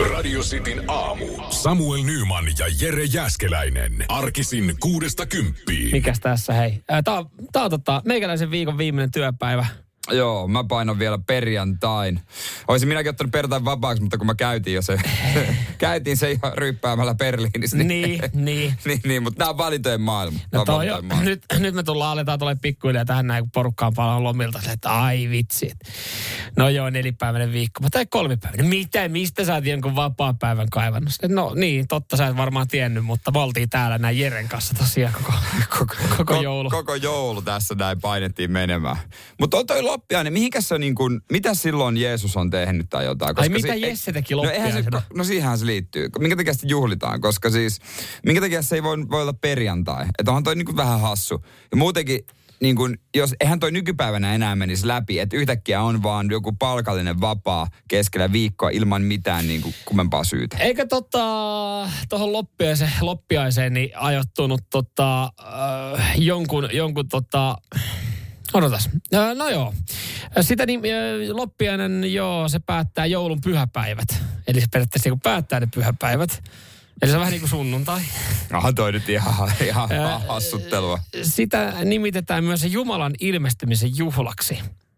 Radio Cityn aamu. Samuel Nyman ja Jere Jääskeläinen. Arkisin 6–10. Mikäs tässä, hei? Tää on meikäläisen viikon viimeinen työpäivä. Joo, mä painan vielä perjantain. Olisin minäkin ottanut perjantain vapaaksi, mutta kun mä käytiin se ihan ryyppäämällä Berliinissä. Niin, mutta nämä on valintojen maailma. No nyt me aletaan tulemaan pikkuhiljaa tähän näin, kun porukka on paljon lomilta. Että ai vitsi. No joo, 4-päiväinen viikko. Mutta ei 3-päiväinen. Mistä sä oot jonkun vapaa-päivän kaivannut? No niin, totta sä et varmaan tiennyt, mutta me oltiin täällä näin Jeren kanssa tosiaan koko joulu. Koko joulu tässä näin painettiin menemään. Mutta on toi loppiainen, mihinkäs se niin kuin, mitä silloin Jeesus on tehnyt tai jotain? Koska mitä Jesse teki loppiaisena? No siihenhän se liittyy. Minkä takia sitä juhlitaan? Koska siis, minkä takia se ei voi olla perjantai? Että onhan toi niin kuin vähän hassu. Ja muutenkin, niin kuin, jos eihän toi nykypäivänä enää menisi läpi, että yhtäkkiä on vaan joku palkallinen vapaa keskellä viikkoa ilman mitään niin kuin kummempaa syytä. Eikö tuohon loppiaiseen niin ajoittunut jonkun odotas. No joo. Sitä loppiainen, joo, se päättää joulun pyhäpäivät. Eli se periaatteessa niin päättää ne pyhäpäivät. Eli se on vähän niin kuin sunnuntai. Aha, toi nyt ihan hassuttelua. Sitä nimitetään myös Jumalan ilmestymisen juhlaksi.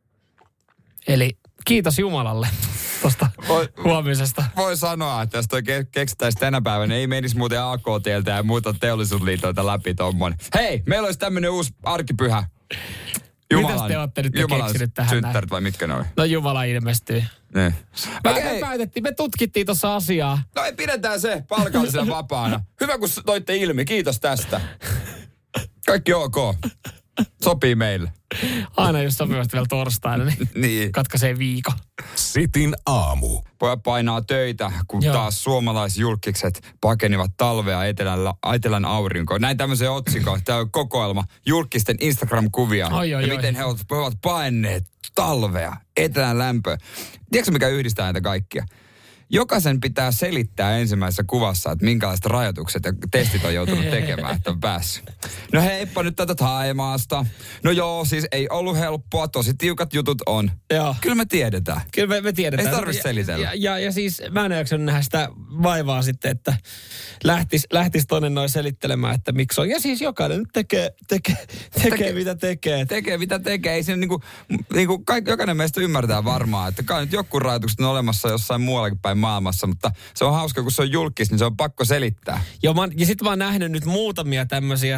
Eli kiitos Jumalalle tuosta huomisesta. Voi sanoa, että jos toi keksittäisi tänä päivänä, ei menisi muuten AKT:ltä ja muuta teollisuusliitoilta läpi tommonen. Hei, meillä olisi tämmönen uusi arkipyhä. Mitäs te olette nyt keksinyt tähän synttärit vai mitkä ne oli? No Jumala ilmestyy. Ne. Me tutkittiin tuossa asiaa. No ei, pidetään se palkallisena vapaana. Hyvä kun toitte ilmi, kiitos tästä. Kaikki ok. Sopii meille. Aina jos sopivasti vielä torstaina, niin katkaisee viikon. Cityn aamu. Pojat painaa töitä, kun taas suomalaisjulkikset pakenivat talvea etelän aurinkoon. Näin tämmöisen otsikon. Tämä on kokoelma julkisten Instagram-kuvia. Miten he ovat paineet talvea, etelän lämpöä. Tiedätkö mikä yhdistää näitä kaikkia? Jokaisen pitää selittää ensimmäisessä kuvassa, että minkälaiset rajoitukset ja testit on joutunut tekemään, että on päässyt. No heippa nyt tätä Thaimaasta. No joo, siis ei ollut helppoa, tosi tiukat jutut on. Joo. Kyllä me tiedetään. Kyllä me tiedetään. Ei tarvitse selitellä. Ja siis mä en jaksanut nähdä sitä vaivaa sitten, että lähtis toinen noin selittelemään, että miksi on. Ja siis jokainen nyt tekee mitä tekee. Tekee mitä tekee. Ei siinä jokainen meistä ymmärtää varmaan, että kai nyt joku rajoitukset on olemassa jossain muuallakin päin maailmassa, mutta se on hauska, kun se on julkis, niin se on pakko selittää. Joo, ja sitten mä oon nähnyt nyt muutamia tämmöisiä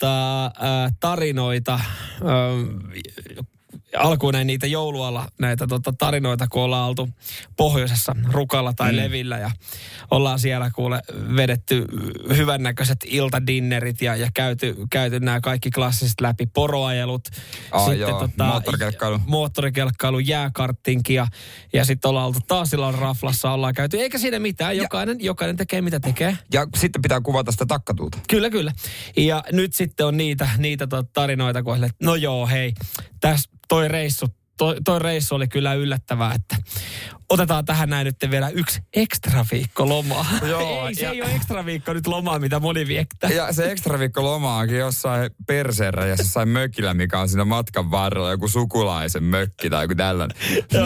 tarinoita, alkuun näin niitä joulualla näitä tarinoita, kun ollaan oltu pohjoisessa Rukalla tai Levillä ja ollaan siellä kuule vedetty hyvännäköiset iltadinnerit ja käyty nämä kaikki klassiset läpi, poroajelut, sitten moottorikelkkailu, jääkarttinkin ja sitten ollaan oltu taas silloin raflassa, ollaan käyty, eikä siinä mitään, jokainen tekee mitä tekee. Ja sitten pitää kuvata sitä takkatuulta. Kyllä. Ja nyt sitten on niitä tarinoita, kun no joo, hei, tässä toi reissu oli kyllä yllättävää, että otetaan tähän näin nyt vielä yksi ekstra viikko lomaa. Joo, se ei ole ekstra viikko nyt lomaa, mitä moni viettää. Ja se ekstra viikko loma onkin jossain perseerä ja jossain mökillä, mikä on siinä matkan varrella, joku sukulaisen mökki tai joku tällainen.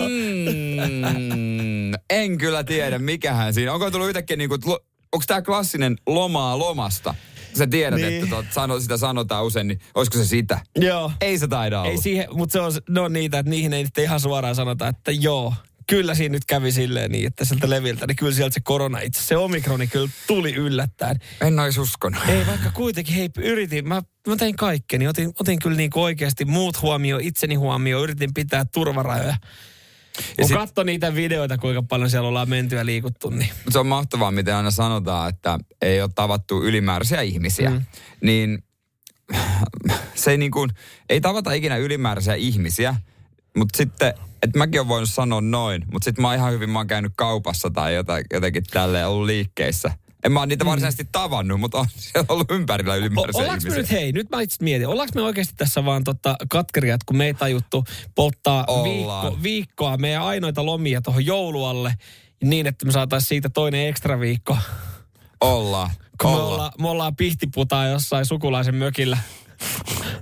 En kyllä tiedä, mikähän siinä. Onko tullut yhtäkkiä onko tämä klassinen lomaa lomasta? Sä tiedät, niin. Että sitä sanotaan usein, niin olisiko se sitä? Joo. Ei se taida olla. Ei siihen, mutta ne on niitä, että niihin ei ihan suoraan sanota, että joo. Kyllä siinä nyt kävi silleen niin, että sieltä leviltä, niin kyllä sieltä se korona itse, se omikroni kyllä tuli yllättäen. En olisi uskonut. Ei, vaikka kuitenkin, yritin, mä tein kaikkeni, otin kyllä niin kuin oikeasti muut huomioon, itseni huomioon, yritin pitää turvarajoja. Kun katso niitä videoita, kuinka paljon siellä ollaan menty ja liikuttu, niin... Se on mahtavaa, miten aina sanotaan, että ei ole tavattu ylimääräisiä ihmisiä. Niin se ei tavata ikinä ylimääräisiä ihmisiä, mutta sitten, että mäkin olen voinut sanoa noin, mutta sitten mä oon ihan hyvin, mä oon käynyt kaupassa tai jotenkin tälleen ollut liikkeissä. En mä ole niitä varsinaisesti tavannut, mutta on siellä ollut ympärillä ylimääräisiä ihmisiä. Nyt mä itse mietin, ollaanko me oikeasti tässä vaan katkeria, että kun me ei tajuttu polttaa viikkoa meidän ainoita lomia tuohon joulualle, niin että me saataisiin siitä toinen ekstra viikko. Ollaan. Me ollaan pihtiputaa jossain sukulaisen mökillä.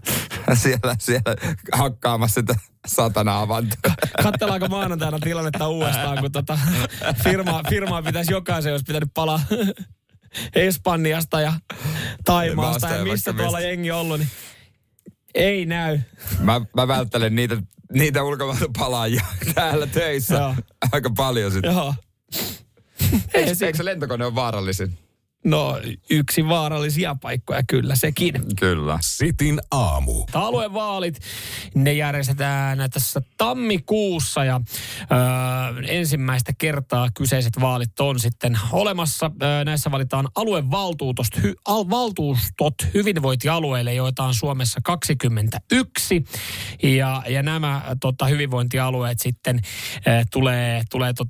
siellä hakkaamassa sitä satana avantoa. Katsellaanko maanantaina tilannetta uudestaan, kun firmaa pitäisi jokaisen, jos pitänyt palaa Espanjasta ja Taimaasta ja missä tuolla jengi ollut, niin ei näy. Mä välttelen niitä ulkomailta palaajia täällä töissä. Joo. Aika paljon sitten. Joo. Eikö se lentokone ole vaarallisin? No, yksi vaarallisia paikkoja, kyllä sekin. Kyllä. Sitin aamu. Aluevaalit, ne järjestetään tässä tammikuussa ja ensimmäistä kertaa kyseiset vaalit on sitten olemassa. Näissä valitaan aluevaltuustot hyvinvointialueille, joita on Suomessa 21. Ja nämä hyvinvointialueet sitten tulee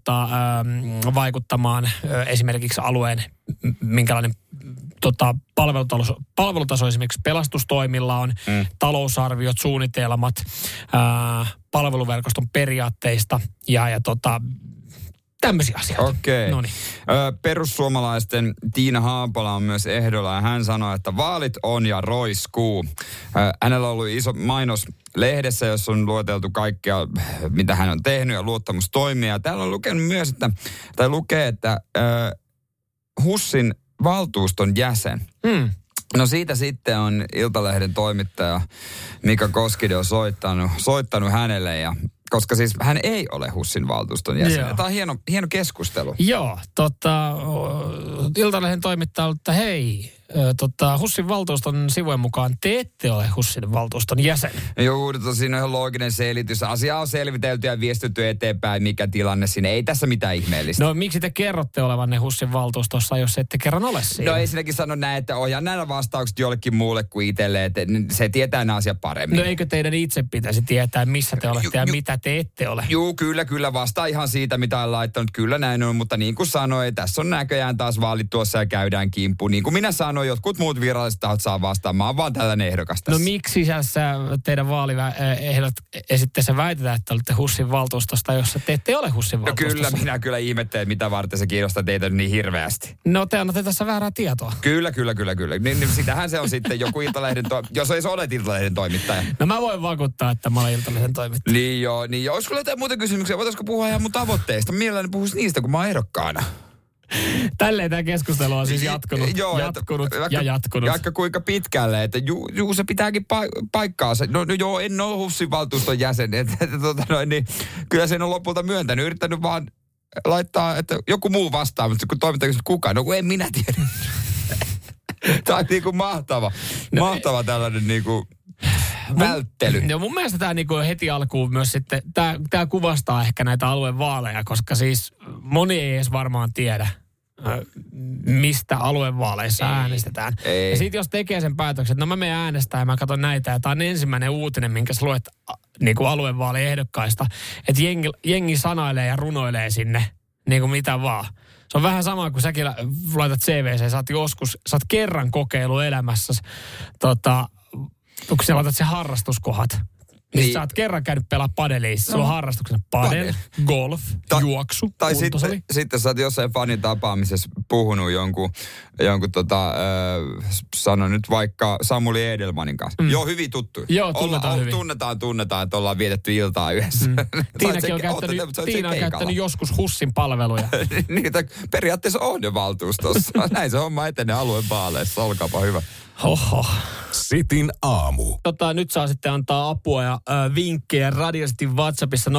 vaikuttamaan esimerkiksi alueen minkälainen palvelutaso esimerkiksi pelastustoimilla on, talousarviot, suunnitelmat, palveluverkoston periaatteista ja tämmöisiä asioita. Okei. Perussuomalaisten Tiina Haapala on myös ehdolla ja hän sanoi, että vaalit on ja roiskuu. Hänellä on ollut iso mainos lehdessä, jossa on lueteltu kaikkea, mitä hän on tehnyt ja luottamustoimia. Täällä on lukenut myös, että HUSin valtuuston jäsen. No siitä sitten on Iltalehden toimittaja Mika Koskinen soittanut hänelle koska siis hän ei ole HUSin valtuuston jäsen. Joo. Tämä on hieno keskustelu. Joo, Iltalehden toimittaja, että hei, HUSin valtuuston sivujen mukaan te ette ole HUSin valtuuston jäsen. Joo, siinä on ihan looginen selitys. Asia on selvitelty ja viestitty eteenpäin, mikä tilanne siinä. Ei tässä mitään ihmeellistä. No miksi te kerrotte olevanne HUSin valtuustossa, jos ette kerran ole siinä? No ensinnäkin sano näin, että ohjaan näillä vastaukset jollekin muulle kuin itselle, että se tietää nämä asiat paremmin. No eikö teidän itse pitäisi tietää, missä te olette ja mitä te ette ole? Joo, kyllä. Vastaa ihan siitä, mitä olen laittanut. Kyllä näin on, mutta niin kuin sanoin, tässä on näköjään taas vaalit tuossa ja käydään kimppuun. Niin kuin minä sanoin, jotkut muut viralliset tahot saa vastaan. Mä oon vaan tällainen ehdokas tässä. No miksi teidän vaaliehdot esitteessä väitetään, että olette HUSin valtuustosta, jos te ette ole HUSin valtuustosta? No kyllä, minä ihmettelen, mitä varten se kiinnostaa teitä niin hirveästi. No te annatte tässä väärää tietoa. Kyllä. Niin, sitähän se on sitten joku Iltalehden jos ei se ole Iltalehden toimittaja. No mä voin vakuuttaa, että mä olen Iltalehden toimittaja. Niin joo. Olisiko jotain muuta kysymyksiä? Voitaisiko puhua ihan mun tavoitteista? Mielelläni puhuisi niistä, kun mä oon ehdokkaana. Tälleen tämä keskustelu on siis jatkunut. Vaikka kuinka pitkälle, että se pitääkin paikkaansa. No joo, en ole HUSin valtuuston jäsen. Niin, kyllä sen on lopulta myöntänyt. Yrittänyt vaan laittaa, että joku muu vastaa, mutta kun toimittaja kysyy kukaan, no kun en minä tiedä. Tämä on niinku mahtava tällainen niinku välttely. No mun mielestä tämä niinku heti alkuun myös sitten, tämä kuvastaa ehkä näitä aluevaaleja, koska siis moni ei edes varmaan tiedä, mistä aluevaaleissa äänestetään. Ei. Ja sitten jos tekee sen päätöksen, että no mä menen äänestään ja mä katson näitä, ja tämä on ensimmäinen uutinen, minkä sä luet niinku aluevaaliehdokkaista, että jengi sanailee ja runoilee sinne niinku mitä vaan. Se on vähän sama kuin säkin laitat CVC, sä oot kerran kokeilu elämässäsi, kun sä laitat se harrastuskohat. Niin sä oot kerran käynyt pelaa padelia, sulla on harrastuksena padel, golf, juoksu, tai sitten sä oot jossain fanin tapaamisessa puhunut jonkun sano nyt vaikka Samuli Edelmanin kanssa. Joo, hyvin tuttu. Joo, tunnetaan hyvin. Tunnetaan, että ollaan vietetty iltaa yhdessä. Tiina on käyttänyt joskus HUSin palveluja. Niitä periaatteessa on jo valtuustossa. Näin se homma etenee aluevaaleissa, olkaapa hyvä. Hoho. Sitin aamu. Nyt saa sitten antaa apua ja vinkkejä radiosti WhatsAppissa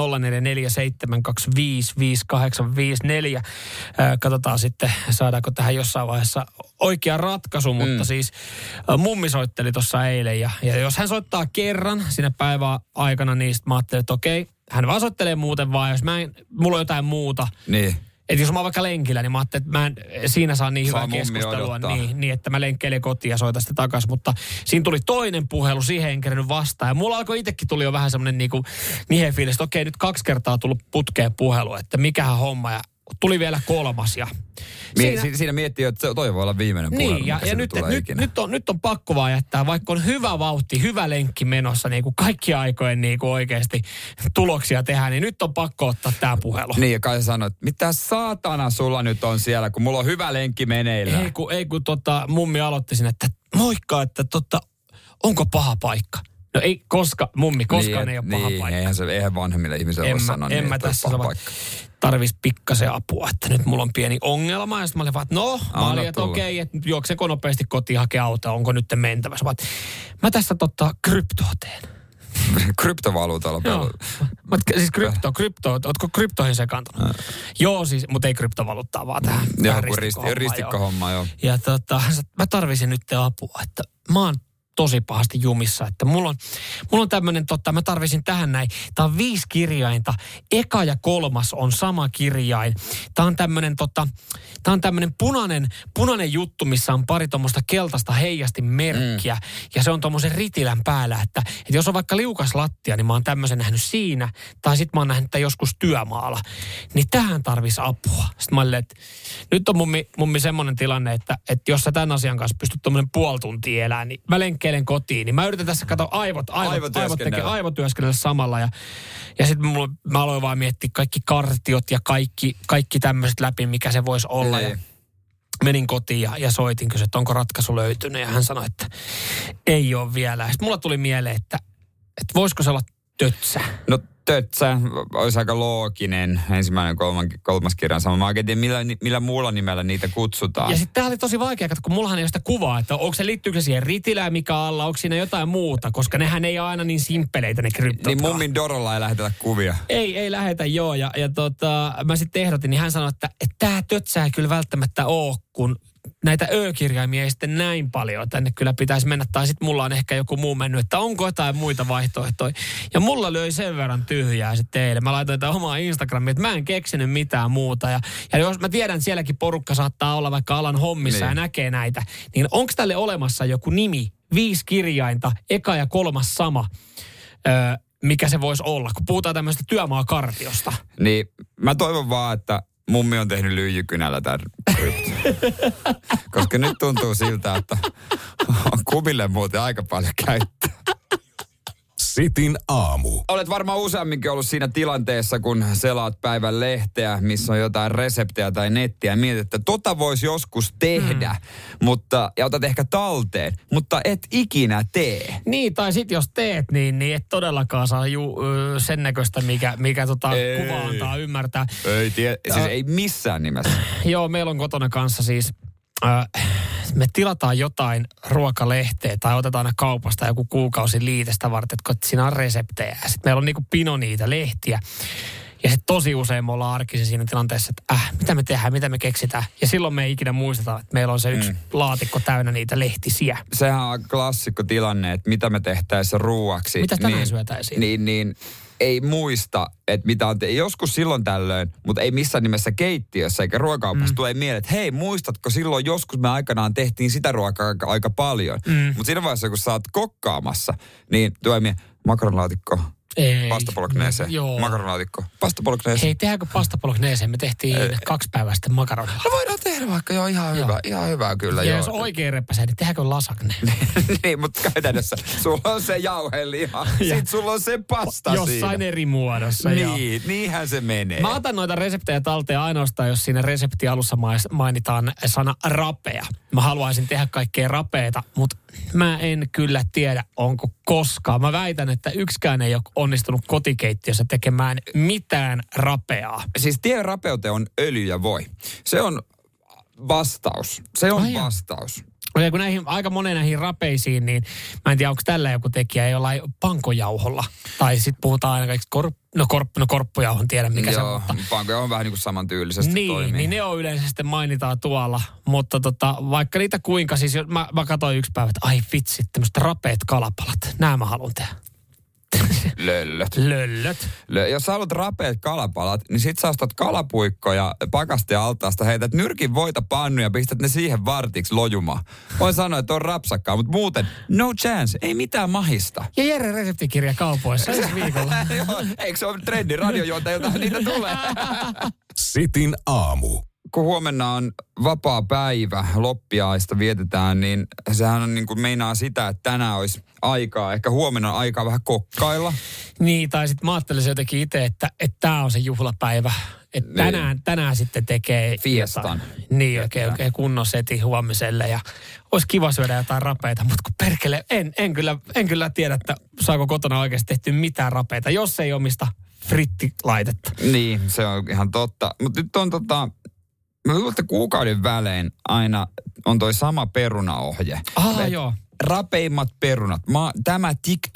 0447255854. Katsotaan sitten, saadaanko tähän jossain vaiheessa oikea ratkaisu, mutta siis mummi soitteli tuossa eilen ja jos hän soittaa kerran siinä päivän aikana, niin mä ajattelin, että okei, hän vaan soittelee muuten vaan, jos mulla on jotain muuta. Niin. Että jos mä oon vaikka lenkillä, niin mä ajattelin, että mä en siinä saa niin hyvää keskustelua, niin että mä lenkkeilen kotiin ja soitan sitten takaisin. Mutta siinä tuli toinen puhelu, siihen en kerennyt vastaan. Ja mulla alkoi itsekin tuli jo vähän semmoinen nihen fiilis, että okei, nyt 2 kertaa tullut putkeen puhelu, että mikähän homma. Ja tuli vielä 3. Ja siinä miettii, että toi voi olla viimeinen puhelu. Niin, ja nyt on pakko vaan jättää, vaikka on hyvä vauhti, hyvä lenkki menossa, niin kuin kaikki aikojen niin kuin oikeasti tuloksia tehdään, niin nyt on pakko ottaa tämä puhelu. Niin, ja kai sä sanoit, mitä saatana sulla nyt on siellä, kun mulla on hyvä lenkki meneillään. Ei kun mummi aloitti sinne, että moikka, että onko paha paikka? No ei mummi, koskaan ei ole paha paikka. Eihän vanhemmille ihmisille voi sanoa, en mä tässä tarvis pikkasen apua, että nyt mulla on pieni ongelma. Ja sitten mä olin vaan, että okei, että juokseko nopeasti kotiin hakea autoa, onko nyt mentävä? Mä tässä kryptoa teen. Kryptovaluutalla pelaa. Siis krypto, ootko kryptoihin sekaantunut? Joo, siis, mutta ei kryptovaluuttaa, vaan tähän ristikkohomma, joo. Ja mä tarvisin nyt apua, että mä oon tosi pahasti jumissa, että mulla on tämmönen, mä tarvisin tähän näin. Tää on 5 kirjainta. Eka ja 3 on sama kirjain. Tää on tämmönen punainen juttu, missä on pari tommoista keltaista heijastinmerkkiä. Ja se on tommosen ritilän päällä, että jos on vaikka liukas lattia, niin mä oon tämmöisen nähnyt siinä. Tai sit mä oon nähnyt tämän joskus työmaalla. Niin tähän tarvis apua. Sitten mä olin, että nyt on mummi semmonen tilanne, että jos sä tämän asian kanssa pystyt tommonen puoli tuntia elää, niin mä lenkkeilen kotiin. Niin mä yritän tässä katsoa aivotyöskennellä samalla. Ja sitten mä aloin vaan miettiä kaikki kartiot ja kaikki tämmöiset läpi, mikä se voisi olla. Ja menin kotiin ja soitin, että onko ratkaisu löytynyt. Ja hän sanoi, että ei ole vielä. Sitten mulla tuli mieleen, että voisiko se olla tötsä. No tötsä olisi aika looginen. Ensimmäinen kolmas kirjan sama. Mä oikein tiedä, millä muulla nimellä niitä kutsutaan. Ja sitten tämä oli tosi vaikea, kun mullahan ei ole sitä kuvaa, että liittyykö se siihen ritilään, mikä alla, onko siinä jotain muuta, koska nehän ei ole aina niin simppeleitä ne kryptotkaan. Niin mummin Dorolla ei lähetetä kuvia. Ei lähetä, joo. Ja mä sitten ehdotin, niin hän sanoi, että tämä tötsä ei kyllä välttämättä ole, kun näitä ö-kirjaimia ei sitten näin paljon. Tänne kyllä pitäisi mennä. Tai sitten mulla on ehkä joku muu mennyt, että onko jotain muita vaihtoehtoja. Ja mulla löi sen verran tyhjää sitten eilen. Mä laitoin tämän omaa Instagramiin, että mä en keksinyt mitään muuta. Ja jos mä tiedän, että sielläkin porukka saattaa olla vaikka alan hommissa ja näkee näitä, niin onko tälle olemassa joku nimi, 5 kirjainta, eka ja 3 sama, mikä se voisi olla, kun puhutaan tämmöistä työmaakartiosta? Niin, mä toivon vaan, että mummi on tehnyt lyijykynällä tämän krypton. Koska nyt tuntuu siltä, että on kumille muuten aika paljon käyttöä. Sitin aamu. Olet varmaan useamminkin ollut siinä tilanteessa, kun selaat päivän lehteä, missä on jotain reseptejä tai nettiä. Ja mietit, että voisi joskus tehdä, ja otat ehkä talteen, mutta et ikinä tee. Niin, tai sit jos teet, niin et todellakaan saa sen näköistä, mikä kuva antaa ymmärtää. Siis ei missään nimessä. Joo, meillä on kotona kanssa siis me tilataan jotain ruokalehteä tai otetaan aina kaupasta joku kuukausi liitestä varten, kun siinä on reseptejä. Sitten meillä on niinku pino niitä lehtiä. Ja sitten tosi usein me ollaan arkisin siinä tilanteessa, että mitä me tehdään, mitä me keksitään. Ja silloin me ei ikinä muisteta, että meillä on se yksi laatikko täynnä niitä lehtisiä. Sehän on klassikko tilanne, että mitä me tehtäisiin ruuaksi. Mitä tänään syötäisiin? Niin ei muista, että mitä on joskus silloin tällöin, mutta ei missään nimessä keittiössä eikä ruokakaupassa tulee mieleen, että hei, muistatko silloin joskus me aikanaan tehtiin sitä ruokaa aika paljon. Mutta siinä vaiheessa, kun sä oot kokkaamassa, niin tulee makaronilaatikko. Pasta bolognese. Makaronilaatikko. Pasta bolognese. Hei, tehdäänkö pasta bolognese? Me tehtiin 2 päivää sitten makaronilla. No voidaan tehdä vaikka, ihan hyvä. Ihan hyvä kyllä. Ja jos oikein repäsee, niin tehdäänkö lasagne? Niin, mutta käytännössä sulla on se jauheliha. Sitten sulla on se pasta jossain eri muodossa. Niin, niinhän se menee. Mä otan noita reseptejä talteen ainoastaan, jos siinä resepti alussa mainitaan sana rapea. Mä haluaisin tehdä kaikkea rapeeta, mutta mä en kyllä tiedä, onko koskaan. Mä väitän, että yksikään ei ole onnistunut kotikeittiössä tekemään mitään rapeaa. Siis tie rapeuteen on öljy ja voi. Se on vastaus. Vastaus. Ja kun aika moneen näihin rapeisiin, niin mä en tiedä, onko tällä joku tekijä jollain pankojauholla. Tai sitten puhutaan aina kaikista korppujauhon, tiedän mikä se on. Joo, pankojauho on vähän niin kuin samantyylisesti toimii. Niin ne on yleensä sitten mainitaan tuolla. Mutta vaikka niitä kuinka, siis mä katsoin yksi päivä, että ai vitsi, tämmöiset rapeat kalapalat. Nää mä haluan tehdä. Löllöt. Jos sä haluat rapeat kalapalat, niin sit sä ostat kalapuikkoja pakastealtaasta, heität nyrkin voita pannuja ja pistät ne siihen vartiksi lojumaan. Voin sanoa, että on rapsakkaa, mutta muuten no chance, ei mitään mahista. Ja Jere reseptikirja kaupoissa ensi viikolla. Eikö se ole trendi radiojuonta, jota niitä tulee? Sitin aamu. kun huomenna on vapaa päivä, loppiaista vietetään, niin sehän on niin kuin meinaa sitä, että tänään olisi aikaa, ehkä huomenna on aikaa vähän kokkailla. Niin, tai sitten mä ajattelisin jotenkin itse, että tämä on se juhlapäivä. Että tänään sitten tekee fiestan. Niin, oikein kunnon seti huomiselle ja olisi kiva syödä jotain rapeita, mutta kun perkele, en kyllä tiedä, että saako kotona oikeasti tehty mitään rapeita, jos ei omista frittilaitetta. Niin, se on ihan totta. Mutta nyt on mä luulen, että kuukauden välein aina on toi sama perunaohje. Joo. Rapeimmat perunat. Tämä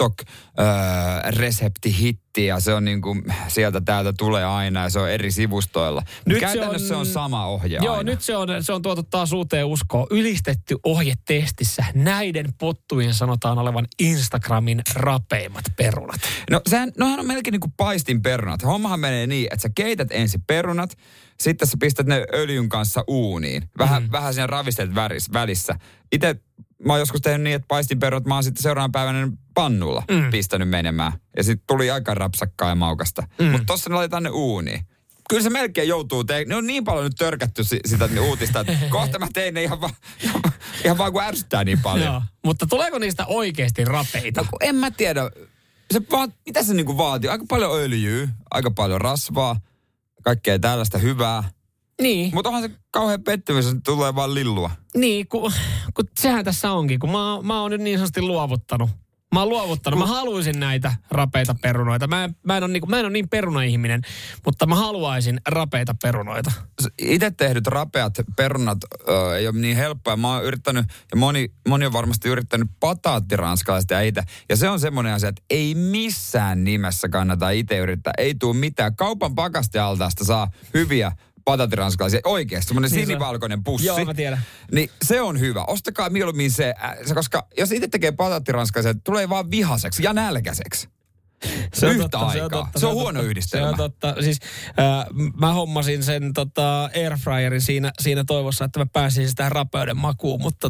TikTok-reseptihitti ja se on niinku, sieltä täältä tulee aina ja se on eri sivustoilla. Nyt käytännössä se on sama ohje joo, aina. Nyt se on tuotu taas uuteen uskoon. Ylistetty ohje testissä. Näiden pottujen sanotaan olevan Instagramin rapeimmat perunat. Nohan on melkein niin kuin paistin perunat. Hommahan menee niin, että sä keität ensin perunat, sitten sä pistät ne öljyn kanssa uuniin. Vähän siinä ravisteet välissä. Itse mä oon joskus tehnyt niin, että paistinperunat mä oon sitten seuraavan päivänä pannulla pistänyt menemään. Ja sitten tuli aika rapsakkaa ja maukasta. Mutta tossa ne laitetaan ne uuniin. Kyllä se melkein joutuu ne on niin paljon nyt törkätty sitä uutista, että kohta mä tein ne ihan vaan kun ärsyttää niin paljon. Joo. Mutta tuleeko niistä oikeasti rapeita? No, en mä tiedä. Mitä se niinku vaatii? Aika paljon öljyä, aika paljon rasvaa, kaikkea tällaista hyvää. Niin. Mutta onhan se kauhean pettymys, että tulee vaan lillua. Niin, kun sehän tässä onkin, kun mä oon nyt niin sanotusti luovuttanut. Mä haluaisin näitä rapeita perunoita. Mä en ole niin peruna-ihminen, mutta mä haluaisin rapeita perunoita. Itse tehdyt rapeat perunat ei ole niin helppoa. Mä oon yrittänyt, ja moni on varmasti yrittänyt pataattiranskalaista itse. Ja se on semmoinen asia, että ei missään nimessä kannata itse yrittää. Ei tule mitään. Kaupan pakastealtaasta saa hyviä pataattiranskalaisia. Oikeasti, semmoinen sinivalkoinen pussi. Joo, mä tiedän. Niin se on hyvä. Ostakaa mieluummin se, koska jos itse tekee pataattiranskalaisia, tulee vaan vihaseksi ja nälkäiseksi. Se on yhtä totta, aikaa. Se on huono yhdistelmä. Se on totta. Siis mä hommasin sen airfryerin siinä toivossa, että mä pääsin sitä rapeuden makuun, mutta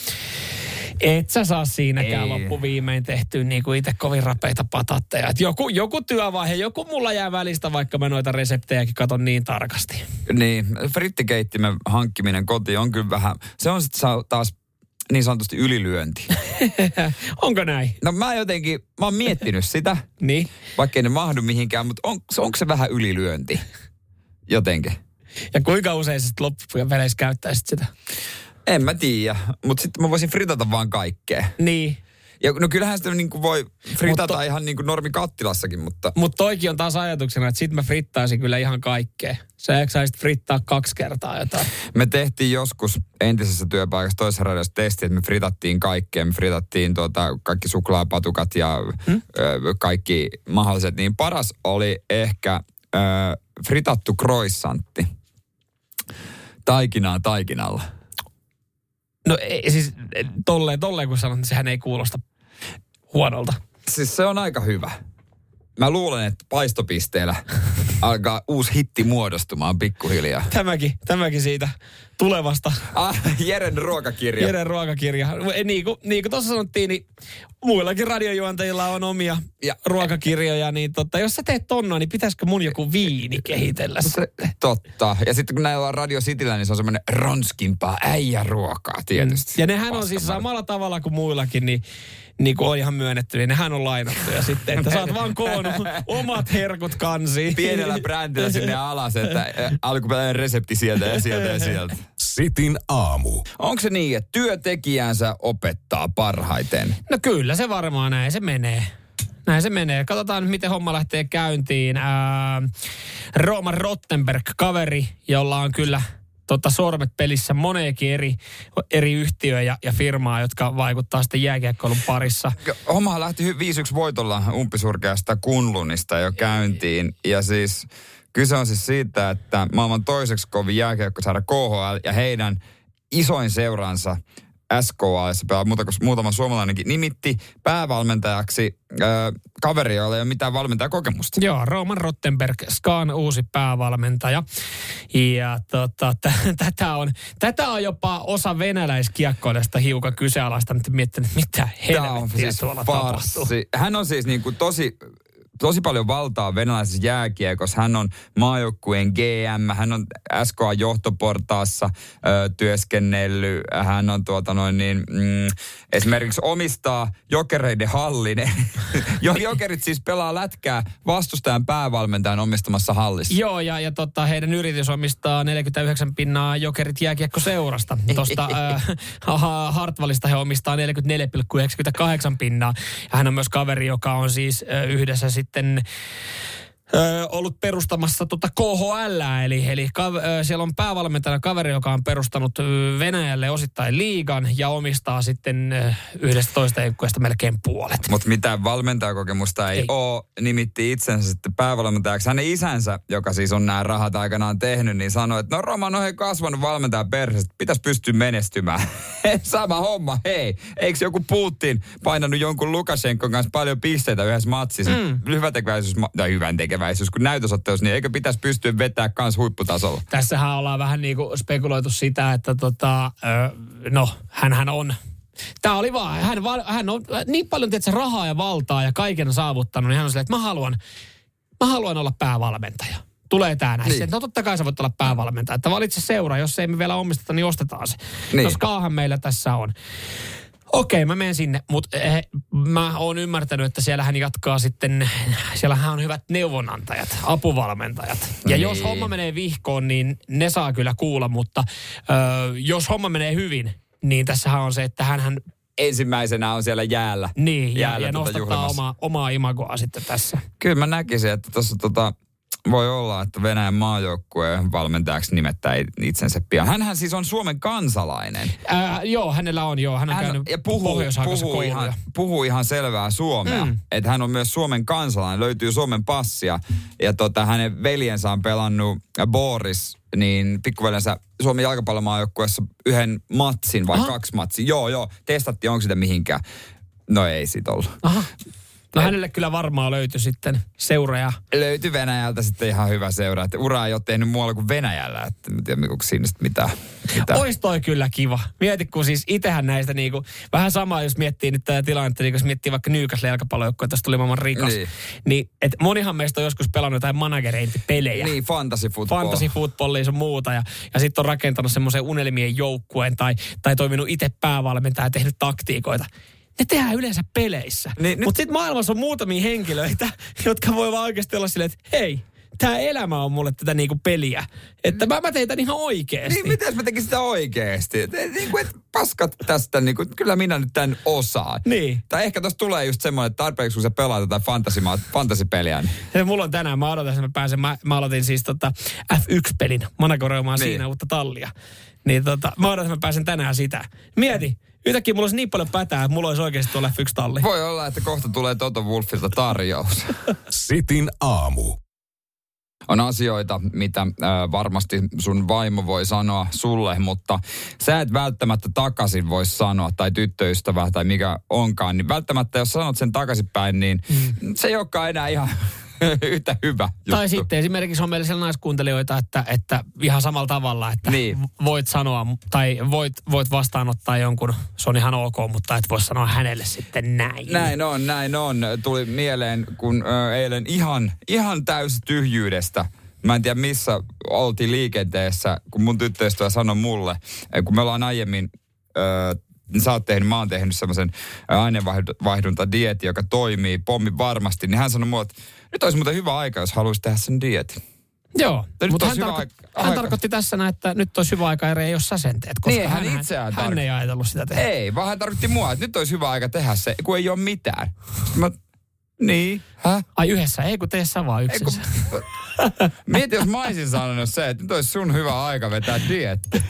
et sä saa siinäkään loppuviimein tehtyä niin kuin itse kovin rapeita patatteja. Et joku työvaihe, joku mulla jää välistä, vaikka mä noita reseptejäkin katon niin tarkasti. Niin, frittikeittimen hankkiminen kotiin on kyllä vähän, se on sitten taas niin sanotusti ylilyönti. Onko näin? No mä oon miettinyt sitä, niin. Vaikka ei ne mahdu mihinkään, mutta onko se vähän ylilyönti jotenkin? Ja kuinka usein sä sitten loppupeleissä käyttäisit sitä? En mä tiedä, mutta sitten mä voisin fritata vaan kaikkea. Niin. Ja no kyllähän sitä niin kuin voi fritata ihan niin kuin normikattilassakin, mutta... Mutta toikin on taas ajatuksena, että sit mä frittaisin kyllä ihan kaikkea. Sä eikö saisit frittaa 2 kertaa jotain? Me tehtiin joskus entisessä työpaikassa toisessa radiossa testi, että me fritattiin kaikkea. Me fritattiin kaikki suklaapatukat ja kaikki mahdolliset. Niin paras oli ehkä fritattu croissantti. Taikinalla. No siis tolleen kun sanon, niin sehän ei kuulosta huonolta. Siis se on aika hyvä. Mä luulen, että paistopisteellä alkaa uusi hitti muodostumaan pikkuhiljaa. Tämäkin siitä tulevasta. Jeren ruokakirja. Jeren ruokakirja. Niin kuin tuossa sanottiin, niin muillakin radiojuontajilla on omia ruokakirjoja. Niin jos sä teet tonnaa, niin pitäisikö mun joku viini kehitellä? Totta. Ja sitten kun näillä on Radio Cityllä, niin se on semmoinen ronskimpaa äijäruokaa tietysti. Ja nehän on siis samalla tavalla kuin muillakin, niin kuin on ihan myönnetty, niin nehän on lainattuja sitten, että sä oot vaan koonnut omat herkut kansiin. Pienellä brändillä sinne alas, että alkuperäinen resepti sieltä ja sieltä ja sieltä. Sitin aamu. Onko se niin, että työntekijänsä opettaa parhaiten? No kyllä se varmaan näin se menee. Näin se menee. Katsotaan nyt, miten homma lähtee käyntiin. Roman Rottenberg, kaveri, jolla on kyllä sormet pelissä moneenkin eri yhtiöä ja firmaa, jotka vaikuttaa sitten jääkiekkoilun parissa. Hommahan lähti 5-1 voitolla umpisurkeasta Kunlunista jo käyntiin. Ja siis kyse on siis siitä, että maailman toiseksi kovin jääkiekkosarja KHL ja heidän isoin seuransa SKA, muutama suomalainenkin, nimitti päävalmentajaksi kaveri, jolla ei ole mitään valmentajakokemusta. Joo, Roman Rottenberg, SKAn uusi päävalmentaja. Ja tätä on jopa osa venäläiskiekkoilesta hiukan kyseenalaista, nyt miettinyt, mitä helvettiä siis tuolla tapahtuu. Hän on siis niin kuin tosi tosi paljon valtaa venäläisessä jääkiekossa. Hän on maajoukkueen GM, hän on SKA-johtoportaassa työskennellyt. Hän on esimerkiksi omistaa Jokereiden hallin. Jokerit siis pelaa lätkää vastustajan päävalmentajan omistamassa hallissa. Joo, ja heidän yritys omistaa 49% Jokerit jääkiekkoseurasta. Tuosta Hartwallista he omistaa 44,98%. Ja hän on myös kaveri, joka on siis yhdessä sitten ollut perustamassa KHL, eli siellä on päävalmentajana kaveri, joka on perustanut Venäjälle osittain liigan ja omistaa sitten yhdestä toista joukkueesta melkein puolet. Mutta mitään valmentajakokemusta ei ole, nimitti itsensä sitten päävalmentajaksi. Hänen isänsä, joka siis on nämä rahat aikanaan tehnyt, niin sanoi, että no Roman on kasvanut valmentajan perheestä, pitäisi pystyä menestymään. Sama homma, hei. Eikö joku Putin painanut jonkun Lukashenkon kanssa paljon pisteitä yhdessä matsissa? Hyväntekeväisyys, kun näytösotteus, niin eikö pitäisi pystyä vetämään kans huipputasolla? Tässähän ollaan vähän niin kuin spekuloitu sitä, että hänhän on. Tämä oli vaan, hän on niin paljon tietysti rahaa ja valtaa ja kaiken saavuttanut, niin hän on silleen, että mä haluan olla päävalmentaja. Tulee tää näin. Niin. No totta kai sä voit olla päävalmentaja. Että valitse seura, jos ei me vielä omisteta, niin ostetaan se. Niin. No Skaahan meillä tässä on. Okei, mä menen sinne, mutta mä oon ymmärtänyt, että siellähän jatkaa sitten, siellähän on hyvät neuvonantajat, apuvalmentajat. Ja jos homma menee vihkoon, niin ne saa kyllä kuulla, mutta jos homma menee hyvin, niin tässähän on se, että hänhän ensimmäisenä on siellä jäällä. Niin, ja nostattaa omaa imagoa sitten tässä. Kyllä mä näkisin, että tuossa voi olla, että Venäjän maajoukkueen valmentajaksi nimettää itsensä pian. Hänhän siis on Suomen kansalainen. Joo, hänellä on, joo. Hän on käynyt Pohjois-Hakassa kouluja. Puhuu ihan selvää suomea. Että hän on myös Suomen kansalainen, löytyy Suomen passia. Ja hänen veljensä on pelannut Boris, niin pikkuveljensä Suomen jalkapallomaajoukkueessa yhden matsin vai 2 matsia. Joo, testattiin, onko sitä mihinkään. No ei sit ollut. Aha. No hänelle kyllä varmaan löytyi sitten seuraaja. Löytyi Venäjältä sitten ihan hyvä seura. Että ura ei ole tehnyt muualla kuin Venäjällä. Että en tiedä, onko siinä sitten mitään. Ois toi kyllä kiva. Mieti, kun siis itsehän näistä niinku, vähän samaa, jos miettii nyt tätä tilannetta, niin jos miettii vaikka Newcastle jalkapallojoukkoa, tästä tuli maailman rikas. Niin että monihan meistä on joskus pelannut jotain managereintipelejä. Niin, fantasy footballia sun muuta. Ja sitten on rakentanut semmoisen unelmien joukkueen tai toiminut itse päävalmentaja ja tehnyt taktiikoita. Ne tehdään yleensä peleissä. Mutta sitten maailmassa on muutamia henkilöitä, jotka voi vaan oikeasti olla silleen, että hei, tämä elämä on mulle tätä niinku peliä. Että mä tein tämän ihan oikeasti. Niin, mitäs mä tekisin sitä oikeasti? Niinku, et paskat tästä, niinku, kyllä minä nyt tämän osaan. Niin. Tai ehkä tosta tulee just semmoinen, että tarpeeksi kun sä pelaat jotain fantasipeliä. Niin. Mulla on tänään, mä odotan, että mä pääsen, mä aloitin siis F1-pelin, managoroimaan siinä uutta tallia. Niin mä odotan, että mä pääsen tänään sitä. Mieti. Yhtäkkiä mulla olisi niin paljon pätää, että mulla olisi oikeasti tuolla F1-talli. Voi olla, että kohta tulee Toto Wolffilta tarjous. Sitin aamu. On asioita, mitä varmasti sun vaimo voi sanoa sulle, mutta sä et välttämättä takaisin voi sanoa, tai tyttöystävä tai mikä onkaan, niin välttämättä jos sanot sen takaisinpäin, niin se ei olekaan enää ihan yhtä hyvä juttu. Tai sitten esimerkiksi on meillä siellä naiskuuntelijoita, että ihan samalla tavalla, että voit sanoa tai voit vastaanottaa jonkun, se on ihan ok, mutta et voi sanoa hänelle sitten näin. Näin on. Tuli mieleen, kun eilen ihan täysi tyhjyydestä. Mä en tiedä missä oltiin liikenteessä, kun mun tyttöystävä sanoi mulle, kun me ollaan aiemmin mä oon tehnyt semmoisen aineenvaihdunta-dieetin, joka toimii pommin varmasti, niin hän sanoi mulle, että nyt olisi muuten hyvä aika, jos haluaisi tehdä sen dietin. Joo, mutta hän tarkoitti tässä näin, että nyt olisi hyvä aika ja jos sä sen teet, koska niin, hän ei ajatellut sitä tehdä. Ei, vaan hän tarkoitti mua, että nyt olisi hyvä aika tehdä se, kun ei ole mitään. Ai yhdessä, ei kun tee sä vaan yksensä. Mieti, jos mä olisin sanonut se, että nyt olisi sun hyvä aika vetää dietti.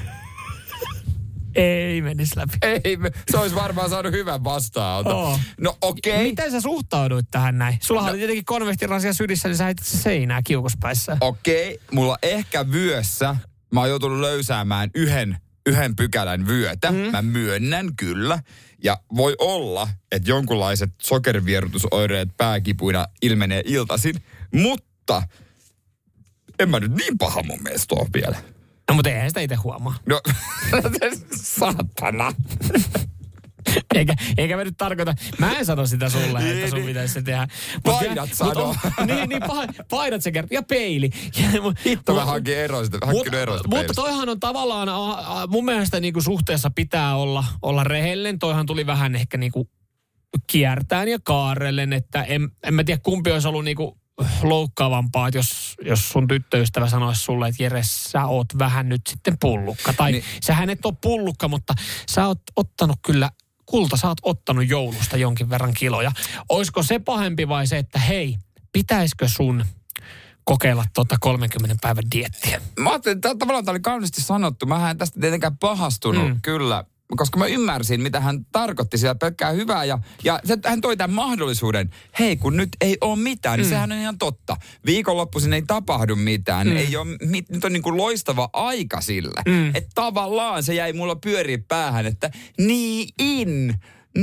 Ei menisi läpi. Ei, se olisi varmaan saanut hyvän vastaanoton. No okei. Miten sä suhtauduit tähän näin? Sulla oli tietenkin konvehtirasia sydissä, niin sä heitit se seinää kiukuspäissä. Okei, mulla ehkä vyössä, mä oon joutunut löysäämään yhden pykälän vyötä. Mä myönnän kyllä. Ja voi olla, että jonkunlaiset sokerivierotusoireet pääkipuina ilmenee iltaisin. Mutta en mä nyt niin paha mun mielestä ole vielä. No, mutta eihän sitä itse huomaa. No, saatana. Eikä me nyt tarkoita, mä en sano sitä sulle, että sun pitäisi se tehdä. Painat sanoo. Painat se kertaa. Ja peili. Hitto mä hankin eroista peilistä. Mutta toihan on tavallaan, mun mielestä niinku suhteessa pitää olla rehellinen. Toihan tuli vähän ehkä niinku kiertään ja kaarellen, että en mä tiedä kumpi olisi ollut niinku loukkaavampaa, että jos sun tyttöystävä sanoisi sulle, että Jere, sä oot vähän nyt sitten pullukka. Tai niin. Sähän et ole pullukka, mutta sä oot ottanut kyllä, sä oot ottanut joulusta jonkin verran kiloja. Olisiko se pahempi vai se, että hei, pitäisikö sun kokeilla 30 päivän diettiä? Mä ajattelin, että tavallaan tämä oli kauniisti sanottu. Mä en tästä tietenkään pahastunut kyllä, koska mä ymmärsin, mitä hän tarkoitti siellä pelkkää hyvää. Ja hän toi tämän mahdollisuuden, hei kun nyt ei ole mitään, niin sehän on ihan totta. Viikonloppuisin ei tapahdu mitään. Ei ole, nyt on niin kuin loistava aika sille. Että tavallaan se jäi mulla pyöriä päähän, että niin,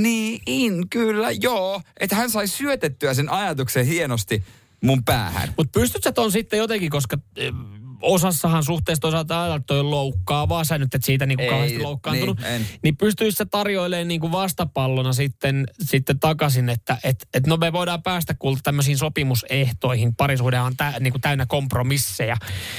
kyllä, joo. Että hän sai syötettyä sen ajatuksen hienosti mun päähän. Mutta pystyt sä ton sitten jotenkin, koska osassahan suhteessa toisaalta ajatella, että toi on loukkaavaa, sä nyt et siitä niinku kauheasti loukkaantunut, niin pystyisi se tarjoilemaan niinku vastapallona sitten takaisin, että no me voidaan päästä kuulta tämmöisiin sopimusehtoihin, parisuhde on niinku täynnä kompromisseja,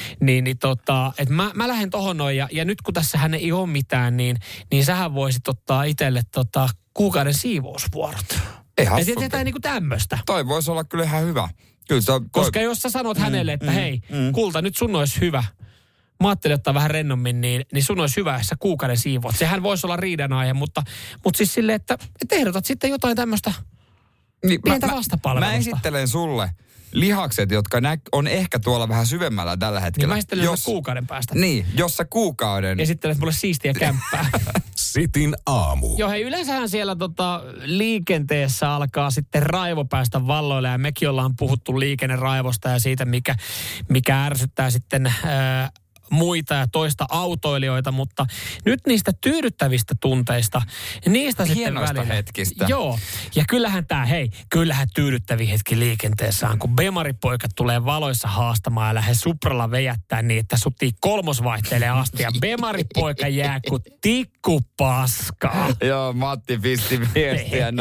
että mä lähden tohon noin, ja nyt kun tässähän ei ole mitään, niin sähän voisit ottaa itselle kuukauden siivousvuorot. Ei tietää niinku tämmöistä. Toi voisi olla kyllä ihan hyvä. Koska jos sä sanot hänelle, että hei, kulta, nyt sun olisi hyvä. Mä ajattelin ottaa vähän rennommin, niin sun olisi hyvä, jos sä kuukauden siivoat. Sehän voisi olla riidan aihe, mutta siis silleen, että ehdotat sitten jotain tämmöistä pientä vastapalvelusta. Mä esittelen sulle lihakset, jotka on ehkä tuolla vähän syvemmällä tällä hetkellä. Niin mä esittelen kuukauden päästä. Niin, jos sä kuukauden. Esittelet mulle siistiä kämppää. Sitin aamu. Joo, hei, yleensähän siellä liikenteessä alkaa sitten raivo päästä valloille, ja mekin ollaan puhuttu liikenneraivosta ja siitä, mikä ärsyttää sitten muita ja toista autoilijoita, mutta nyt niistä tyydyttävistä tunteista, niistä hienoista sitten välillä. Hetkistä. Joo, ja kyllähän tyydyttäviä hetki liikenteessä on, kun Bemari-poika tulee valoissa haastamaan ja lähde Supralla vejättää niin, että sutii kolmosvaihteelle asti, ja Bemari-poika jää kuin tikku paskaa. Joo, Matti pisti viestiä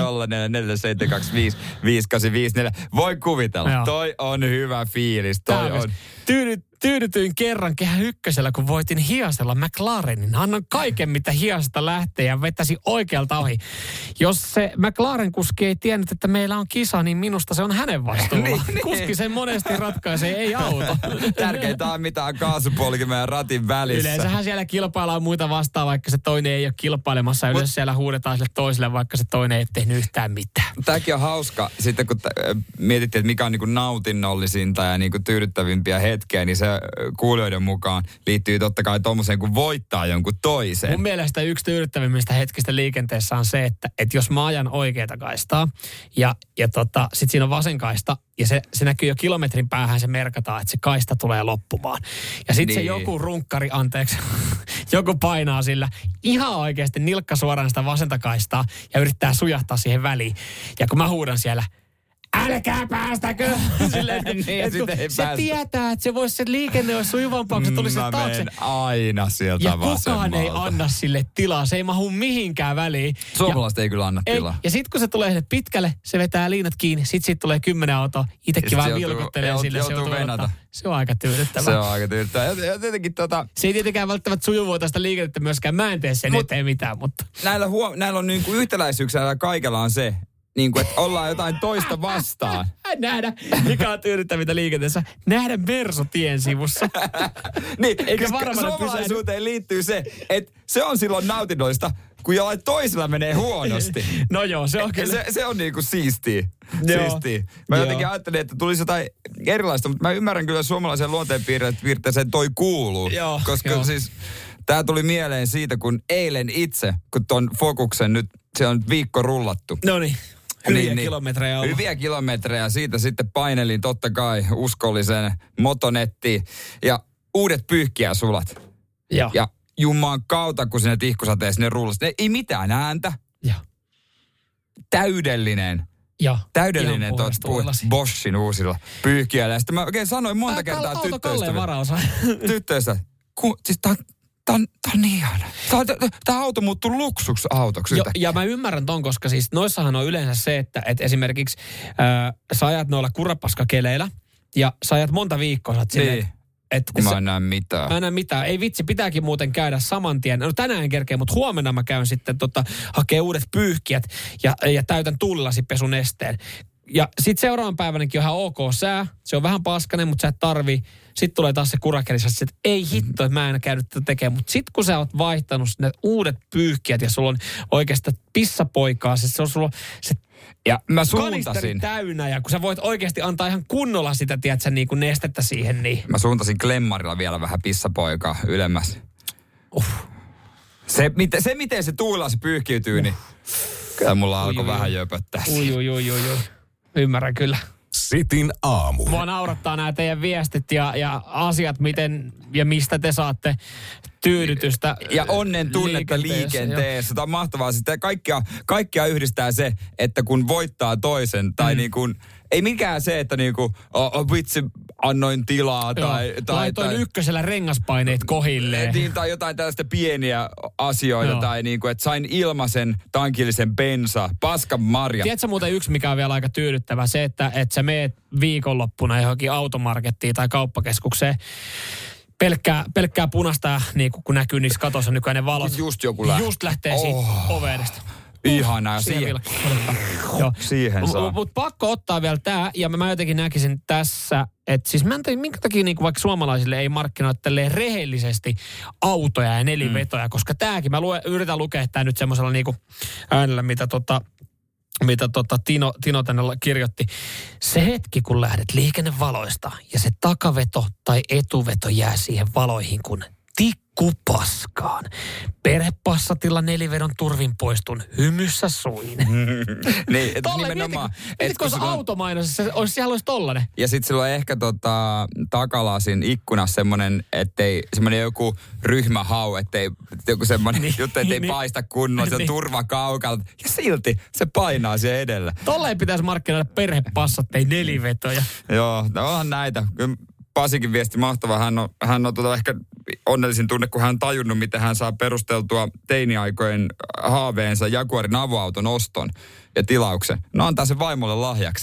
0447255854. Voi kuvitella, toi on hyvä fiilis, toi on. Tyydytyin kerran Kehä Ykkösellä, kun voitin Hiasella McLarenin. Annan kaiken, mitä Hiasesta lähtee, ja vetäsi oikealta ohi. Jos se McLaren-kuski ei tiennyt, että meillä on kisa, niin minusta se on hänen vastuulla. niin. Kuski sen monesti ratkaisee, ei auto. Tärkeintä on mitään kaasupolkimen ja ratin välissä. Yleensähän siellä kilpaillaan muita vastaan, vaikka se toinen ei ole kilpailemassa. Yleensä siellä huudetaan sille toiselle, vaikka se toinen ei tehnyt yhtään mitään. Tämäkin on hauska. Sitten kun mietittiin, että mikä on niin kuin nautinnollisinta ja niin kuin tyydyttävimpiä hetkiä, niin se kuulijoiden mukaan liittyy totta kai tommoseen, kun voittaa jonkun toisen. Mun mielestä yksi tyydyttävimmistä hetkistä liikenteessä on se, että jos mä ajan oikeata kaistaa ja sit siinä on vasen kaista ja se näkyy jo kilometrin päähän, se merkataan, että se kaista tulee loppumaan. Ja sit se joku runkkari, joku painaa sillä ihan oikeasti nilkka suoraan sitä vasenta kaistaa ja yrittää sujahtaa siihen väliin. Ja kun mä huudan siellä, älkää päästäkö! Silleen, se tietää, että se liikenne olisi sujuvampaa, kun se tulisi taakse. Mä aina sieltä ja kukaan ei anna sille tilaa. Se ei mahu mihinkään väliin. Suomalaiset ei kyllä anna tilaa. Ja sitten kun se tulee pitkälle, se vetää liinat kiinni. Sitten siitä tulee 10 autoa. Itsekin vaan vilkuttelee sille. Se on aika tyydyttävää. Se on aika tyydyttävää. Ja tietenkin Se ei tietenkään välttämättä sujuvoita sitä liikennettä myöskään. Mä en tee sen eteen mitään, mutta näillä on niin kuin yhtäläisyyksiä kaikella on se, niin kuin, että ollaan jotain toista vastaan. Nähdä, mikä on tyydyttävintä liikenteessä. Nähdä Mersu tien sivussa. Niin, eikä suomalaisuuteen liittyy se, että se on silloin nautinnollista, kun jollain toisella menee huonosti. No joo, se on kyllä. Se on niinku siistiä. Mä jotenkin ajattelin, että tulisi jotain erilaista, mutta mä ymmärrän kyllä suomalaisen luonteenpiirteeseen toi kuuluu. Koska siis tää tuli mieleen siitä, kun eilen itse, kun ton Focuksen nyt, se on nyt viikko rullattu. Noniin. Hyviä kilometrejä. Siitä sitten painelin totta kai uskollisen motonettiin. Ja uudet pyyhkiäsulat. Ja Jumaan kautta, kun sinne tihkusateessa ne rullasi. Ne ei mitään ääntä. Täydellinen. Täydellinen Boschin uusilla pyyhkiäillä. Ja sitten mä oikein sanoin monta kertaa tyttöystävä. Kalleen varausa. Tyttöystä. Siis tää Tää on niin ihana. Tää auto muuttuu luksusautoksi. Ja mä ymmärrän ton, koska siis noissahan on yleensä se, että esimerkiksi sä ajat noilla kurapaskakeleillä ja sä ajat monta viikkoa, sä oot silleen, mä en näe mitään. Mä en näe mitään. Ei vitsi, pitääkin muuten käydä saman tien. No tänään en kerkeä, mutta huomenna mä käyn sitten hakee uudet pyyhkiät ja täytän tuulilasippesunesteen. Ja sit seuraavan päivänäkin on ihan ok sää. Se on vähän paskanen, mutta sä et tarvii. Sitten tulee taas se kurakelis, että ei hitto, että mä en käynyt tätä tekemään. Mutta sit kun sä oot vaihtanut ne uudet pyyhkiät ja sulla on oikeastaan pissapoikaa, se on sulla se ja mä suuntasin kanisteri täynnä ja kun sä voit oikeasti antaa ihan kunnolla sitä, tiedätkö, niin kuin nestettä siihen. Niin. Mä suuntasin Glemmarilla vielä vähän pissapoikaa ylemmäs. Se miten se tuulasi pyyhkiytyy, niin kyllä mulla alkoi vähän jöpöttää. Ymmärrän kyllä. Sitin aamu. Mua naurattaa nämä teidän viestit ja asiat, miten ja mistä te saatte tyydytystä. Ja onnen tunnetta liikenteessä. Tämä on mahtavaa. Sitten kaikkia yhdistää se, että kun voittaa toisen tai niin kuin, ei mikään se, että niinku, vitsi, annoin tilaa tai laitoin ykkösellä rengaspaineet kohilleen. Tai jotain tällaista pieniä asioita tai niinku, että sain ilmaisen tankillisen bensa, paskan marja. Tiedätkö muuten yksi, mikä on vielä aika tyydyttävä? Se, että sä meet viikonloppuna johonkin automarkettiin tai kauppakeskukseen. Pelkkää punaista, niin kun näkyy niissä katossa nykyään ne valot. Just lähtee siitä oveesta. Ihanaa. Siihen saa. Mutta pakko ottaa vielä tää, ja mä jotenkin näkisin tässä, että siis mä en tiedä, minkä takia niinku vaikka suomalaisille ei markkinoida tälleen rehellisesti autoja ja nelivetoja, koska tääkin, mä yritän lukea tää nyt semmoisella niinku äänellä, mitä Tino tänne kirjoitti. Se hetki, kun lähdet liikennevaloista ja se takaveto tai etuveto jää siihen valoihin, kun tikkupaskaan. Perhepassatilla nelivedon turvin poistun hymyssä suin. Niin, että nimenomaan. Mietit, kun automainos, siellä olisi tollainen. Ja sitten silloin ehkä takalasin ikkunassa semmoinen joku ryhmähau, ettei joku semmoinen juttu, ettei paista kunnolla, se on turva kaukalla. Ja silti se painaa siellä edellä. Tolleen pitäisi markkinoida perhepassat, ei nelivetoja. Joo, no onhan näitä. Pasikin viesti mahtava. Hän on ehkä onnellisin tunne, kun hän on tajunnut, miten hän saa perusteltua teiniaikojen haaveensa Jaguarin avoauton oston ja tilauksen. No antaa sen vaimolle lahjaksi.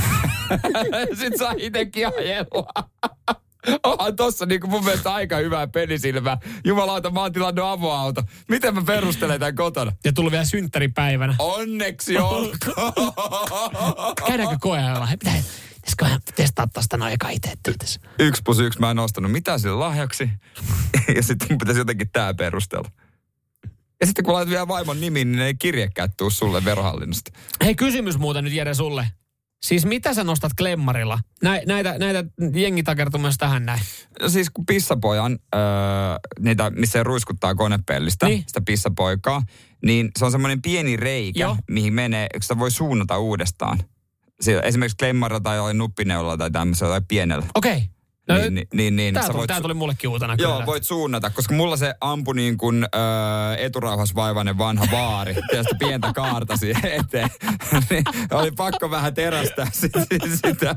Sitten saa itsekin ajella. Onhan tossa niinku mun mielestä aika hyvää pelisilmää. Jumalauta, mä oon tilannut avoauto. Miten mä perustelen tämän kotona? Ja tuli vielä synttäripäivänä. Onneksi olkoon. Käydäänkö koeajalla? Pitäisikö testaa tästä noin eka itse tässä? 1+1 mä en ostanut mitään sille lahjaksi. Ja sitten mun pitäisi jotenkin tää perustella. Ja sitten kun laitat vielä vaimon nimiin, niin ei kirjekään tuu sulle verohallinnosta. Hei, kysymys muuten nyt Jere sulle. Siis mitä sä nostat Glemmarilla? Näitä jengi takertuu myös tähän näin. Siis kun pissapojan, niitä, missä ruiskuttaa konepellistä, sitä pissapoikaa, niin se on semmoinen pieni reikä, mihin menee, eikö sitä voi suunnata uudestaan. Esimerkiksi Glemmarilla tai jollain nuppineulolla tai tämmöisellä tai pienellä. Okei. Niin. Tää tuli mullekin uutena. Joo, voit suunnata, koska mulla se ampui niin kuin eturauhasvaivainen vanha vaari. Tästä pientä kaarta siihen eteen. Oli pakko vähän terästää sitä.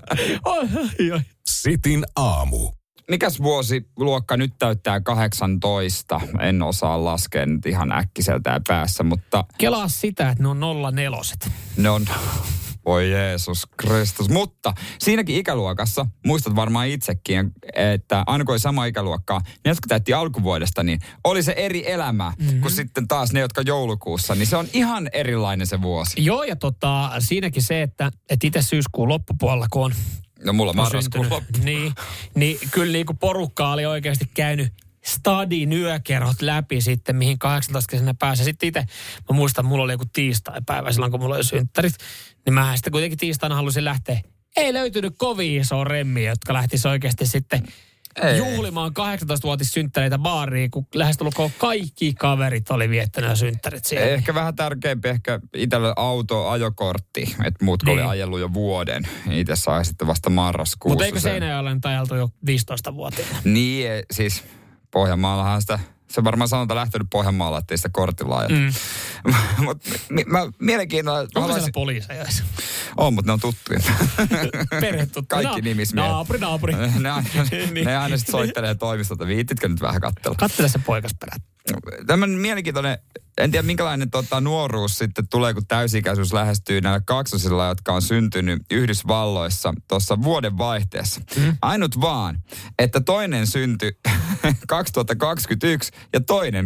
Sitin aamu. Mikäs vuosiluokka nyt täyttää 18? En osaa laskea nyt ihan äkkiseltään päässä, mutta... Kelaa sitä, että ne on 04. Ne on... Voi Jeesus Kristus. Mutta siinäkin ikäluokassa, muistat varmaan itsekin, että aina kun oli sama ikäluokkaa, ne jotka täytti alkuvuodesta, niin oli se eri elämä kuin sitten taas ne, jotka joulukuussa. Niin se on ihan erilainen se vuosi. Joo, ja siinäkin se, että itse syyskuun loppupuolella, kun on... No mulla marraskuun loppu. Niin kyllä niin kuin porukka oli oikeasti käynyt stadin yökerhot läpi sitten, mihin 18-kesänä pääsi. Sitten itse, mä muistan, mulla oli joku tiistaipäivä silloin, kun mulla oli synttärit. Niin mä sitten kuitenkin tiistaina halusin lähteä. Ei löytynyt kovin isoa remmiä, jotka lähtisi oikeasti sitten juhlimaan 18-vuotissynttäreitä baariin, kun lähestulkoon kaikki kaverit oli viettänyt synttärit siellä. Ehkä vähän tärkeämpi itselle ajokortti, että muut oli ajellut jo vuoden. Itse sai sitten vasta marraskuussa. Mutta eikö Seinäjoella nyt ajeltu jo 15-vuotiaana? Niin, siis Pohjanmaallahan sitä Se varmaan sanonta lähtenyt Pohjanmaalla, ettei sitä kortilla ajata. Mutta mielenkiinnolla... Onko siellä poliiseja? On, mutta ne on tuttuja. Perhetuttuja. Kaikki nimismiehet. Naapuri. Ne aina sitten soittelee toimistolta. Viittitkö nyt vähän katsella? Katsele se poikas perät. Tämmöinen mielenkiintoinen, en tiedä minkälainen nuoruus sitten tulee, kun täysi-ikäisyys lähestyy näillä kaksosilla, jotka on syntynyt Yhdysvalloissa tuossa vuoden vaihteessa. Ainut vaan, että toinen syntyi 2021 ja toinen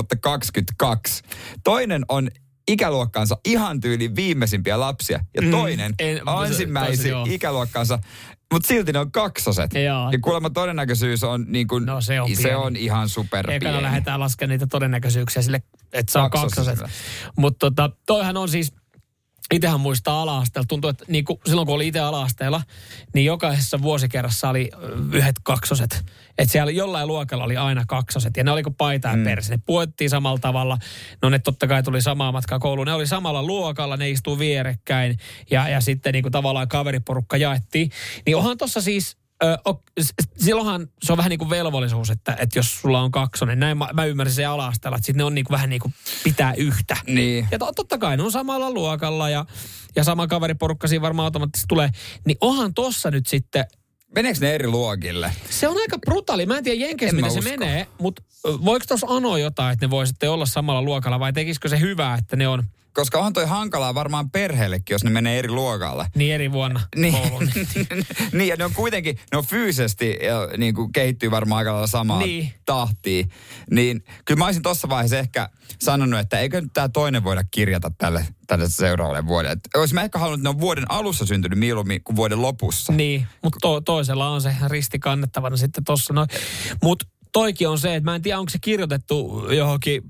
2022. Toinen on ikäluokkansa ihan tyyli viimeisimpiä lapsia ja toinen ensimmäisiä ikäluokkansa. Mutta silti ne on kaksoset. Joo. Ja kuulemma todennäköisyys on niin kuin, no se on ihan superpieni. Ekana lähdetään laskemaan niitä todennäköisyyksiä sille, että saa kaksoset. Mutta toihan on siis, itsehän muistaa ala-asteella, tuntuu, että niin kuin silloin kun oli itse ala-asteella, niin jokaisessa vuosikerrassa oli yhdet kaksoset. Että siellä jollain luokalla oli aina kaksoset ja ne oli kuin paita ja perse. Ne puettiin samalla tavalla. No ne totta kai tuli samaa matkaa kouluun. Ne oli samalla luokalla, ne istuu vierekkäin ja sitten niin kuin tavallaan kaveriporukka jaettiin. Niin onhan tossa siis... silloinhan se on vähän niin kuin velvollisuus, että jos sulla on kaksonen. Näin mä ymmärsin sen ala-asteella, että sitten ne on niin kuin vähän niin kuin pitää yhtä. Niin. Ja totta kai ne on samalla luokalla ja sama kaveriporukka siinä varmaan automaattisesti tulee. Niin onhan tossa nyt sitten... Meneekö ne eri luokille? Se on aika brutaali. Mä en tiedä Jenkeissä, miten se menee, mutta voiko tuossa anoa jotain, että ne voi sitten olla samalla luokalla vai tekisikö se hyvää, että ne on... Koska onhan toi hankalaa varmaan perheellekin, jos ne menee eri luokalle. Niin eri vuonna kouluun. Niin, ja ne on kuitenkin, ne on fyysisesti niin kuin kehittyy varmaan aika lailla samaan tahtiin. Niin kyllä mä olisin tuossa vaiheessa ehkä sanonut, että eikö nyt tämä toinen voida kirjata tälle seuraavalle vuodelle. Olisi mä ehkä halunnut, että ne on vuoden alussa syntynyt mieluummin kuin vuoden lopussa. Niin, mutta toisella on se risti kannettavana sitten tuossa. No. Mutta toikin on se, että mä en tiedä, onko se kirjoitettu johonkin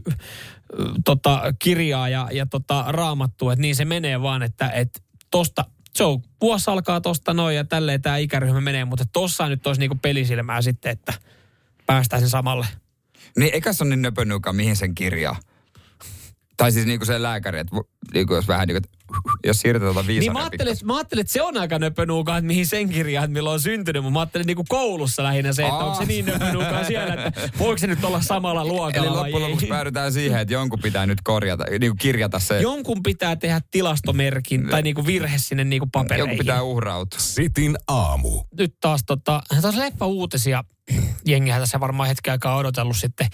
kirjaa ja raamattua, että niin se menee vaan, että tosta, vuosi alkaa tosta noin ja tälleen tämä ikäryhmä menee, mutta tossa nyt olisi niinku pelisilmää sitten, että päästään sen samalle. Niin eikä se ole niin nöpönukaan, mihin sen kirjaa. Tai siis niinku se lääkäri, että niinku jos vähän niinku, jos siirretään tuota viisaria. Niin mä ajattelin, että se on aika nöpönuukaan, että mihin sen kirjaan, että milloin on syntynyt. Mutta mä ajattelin niinku koulussa lähinnä se, että onko se niin nöpönuukaan siellä, että voiko se nyt olla samalla luokalla. Eli loppujen lopuksi päädytään siihen, että jonkun pitää nyt niinku kirjata se. Jonkun pitää tehdä tilastomerkin tai niinku virhe sinne niinku papereihin. Jonkun pitää uhrautua. Sitin aamu. Nyt taas leffa-uutisia. Jengihän tässä varmaan hetken aikaa odotellut sitten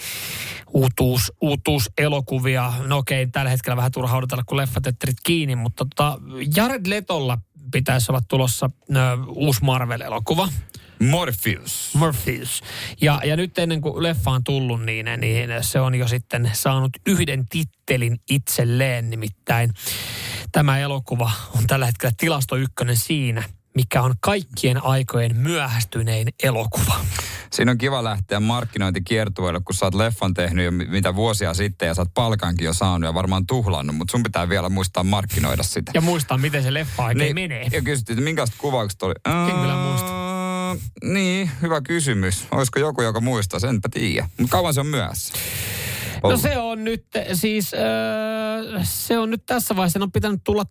uutuuselokuvia. No okei, tällä hetkellä vähän turha odotella, kun leffateatterit kiinni, mutta Jared Letolla pitäisi olla tulossa uusi Marvel-elokuva. Morpheus. Ja nyt ennen kuin leffa on tullut, niin se on jo sitten saanut yhden tittelin itselleen. Nimittäin tämä elokuva on tällä hetkellä tilasto ykkönen siinä, mikä on kaikkien aikojen myöhästynein elokuva. Siinä on kiva lähteä markkinointikiertueelle, kun sä oot leffan tehnyt jo mitä vuosia sitten ja sä oot palkankin jo saanut ja varmaan tuhlannut, mutta sun pitää vielä muistaa markkinoida sitä. Ja muistaa, miten se leffa oikein menee. Ja kysyttiin, että minkälaista kuvaukset oli? En kyllä muista. Niin, hyvä kysymys. Olisiko joku, joka muistaa? Enpä tiedä. Mutta kauan se on myöhässä. No se on nyt siis, se on nyt tässä vaiheessa, on pitänyt tulla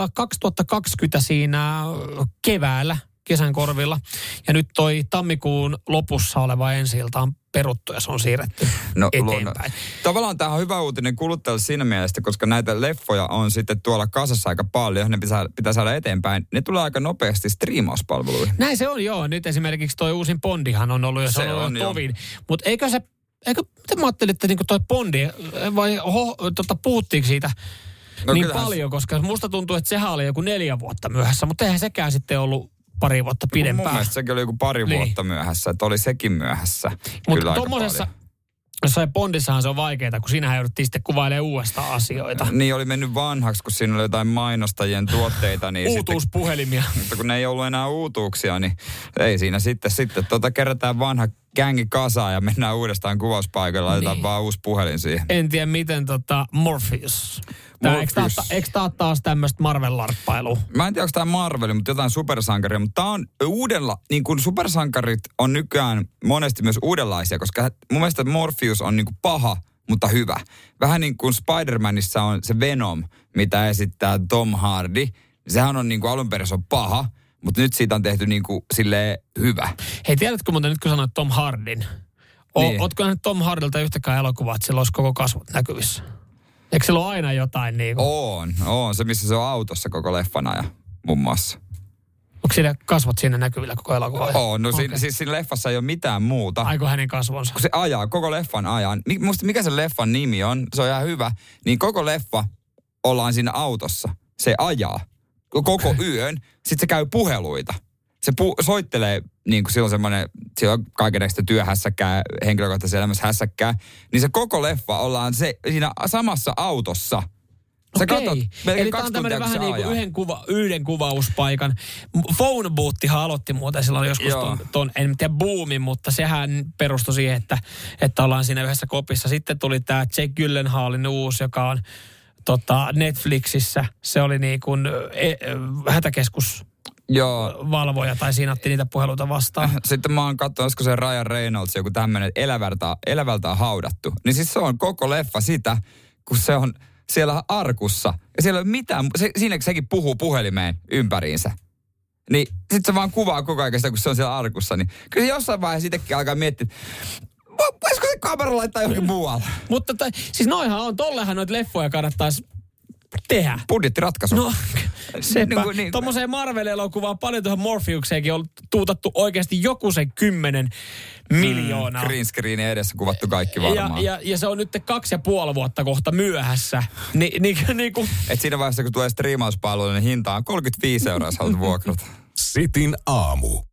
2020 siinä keväällä, kesän korvilla. Ja nyt toi tammikuun lopussa oleva ensi-ilta on peruttu ja se on siirretty eteenpäin. Tavallaan tämä on hyvä uutinen kuluttajalle siinä mielessä, koska näitä leffoja on sitten tuolla kasassa aika paljon, ne pitää saada eteenpäin. Ne tulee aika nopeasti striimauspalveluihin. Näin se on, joo. Nyt esimerkiksi toi uusin Bondihan on ollut jo, se on ollut tovin. Mutta miten mä ajattelin, että niinku toi Bondi, vai puhuttiinko siitä niin paljon, koska musta tuntuu, että sehän oli joku 4 vuotta myöhässä, mutta eihän sekään sitten ollut pari vuotta pidempään. Mun mielestä sekin oli joku pari vuotta myöhässä, että oli sekin myöhässä. Mutta tuommoisessa, jossain Bondissahan se on vaikeaa, kun siinähän jouduttiin sitten kuvailemaan uudestaan asioita. Niin oli mennyt vanhaksi, kun siinä oli jotain mainostajien tuotteita. Niin uutuuspuhelimia. Mutta kun ne ei ollut enää uutuuksia, niin ei siinä sitten kerätään vanha gängi kasaan ja mennään uudestaan kuvauspaikalle ja laitetaan vaan uusi puhelin siihen. En tiedä miten Morpheus. Eikö tää taas tämmöistä Marvel-larppailua? Mä en tiedä, onko tää Marvel, mutta jotain supersankaria. Mutta tää on uudella, niin kuin supersankarit on nykyään monesti myös uudenlaisia, koska mun mielestä Morpheus on niin kuin paha, mutta hyvä. Vähän niin kuin Spider-Manissa on se Venom, mitä esittää Tom Hardy. Sehän on niin kuin alun perin on paha, mutta nyt siitä on tehty niin kuin silleen hyvä. Hei, tiedätkö muuten nyt kun sanoit Tom Hardyn? Niin. Ootko nähnyt Tom Hardylta yhtäkään elokuvaa, että sillä olisi koko kasvot näkyvissä? Eikö sillä ole aina jotain niinku? On. Se, missä se on autossa koko leffan ajan, muun muassa. Onko siinä kasvot siinä näkyvillä koko elokuva? No okay. Siis siinä leffassa ei ole mitään muuta. Aiko hänen kasvonsa? Kun se ajaa, koko leffan ajan. Musta mikä se leffan nimi on, se on ihan hyvä. Niin koko leffa ollaan siinä autossa. Se ajaa koko yön. Sitten se käy puheluita. Se soittelee, niin kuin silloin siellä on kaikenlaista työhässäkkää, henkilökohtaisessa elämässä hässäkkää. Niin se koko leffa ollaan siinä samassa autossa. Sä katot, eli tämä on tämmöinen vähän niin kuin yhden kuvauspaikan. Phone Boothihan aloitti muuten silloin joskus ton, en tiedä boomin, mutta sehän perustui siihen, että ollaan siinä yhdessä kopissa. Sitten tuli tämä Jake Gyllenhaalin uusi, joka on Netflixissä. Se oli niin kuin hätäkeskus. Valvoja, tai siinä otti niitä puheluita vastaan. Sitten mä oon katsonut, olisiko se Ryan Reynolds joku tämmöinen elävältä on haudattu. Niin siis se on koko leffa sitä, kun se on siellä arkussa. Ja siellä ei ole mitään, sekin puhuu puhelimeen ympäriinsä. Niin sit se vaan kuvaa koko ajan sitä, kun se on siellä arkussa. Niin kyllä jossain vaiheessa itsekin alkaa miettiä, voisiko se kamera laittaa johonkin muualle? Mutta siis noihan on, tollehan noita leffoja kannattaisi tehdä. Budjettiratkaisu. No, sepä. Tuommoiseen Marvel-elokuvaan paljon tuohon Morpheukseenkin on tuutattu oikeasti joku se 10 miljoonaa. Green screenin edessä kuvattu kaikki varmaan. Ja se on nyt 2,5 vuotta kohta myöhässä. Et siinä vaiheessa, kun tulee striimauspalvelu, niin hinta on 35 €, jos haluat vuokrata. Sitin aamu.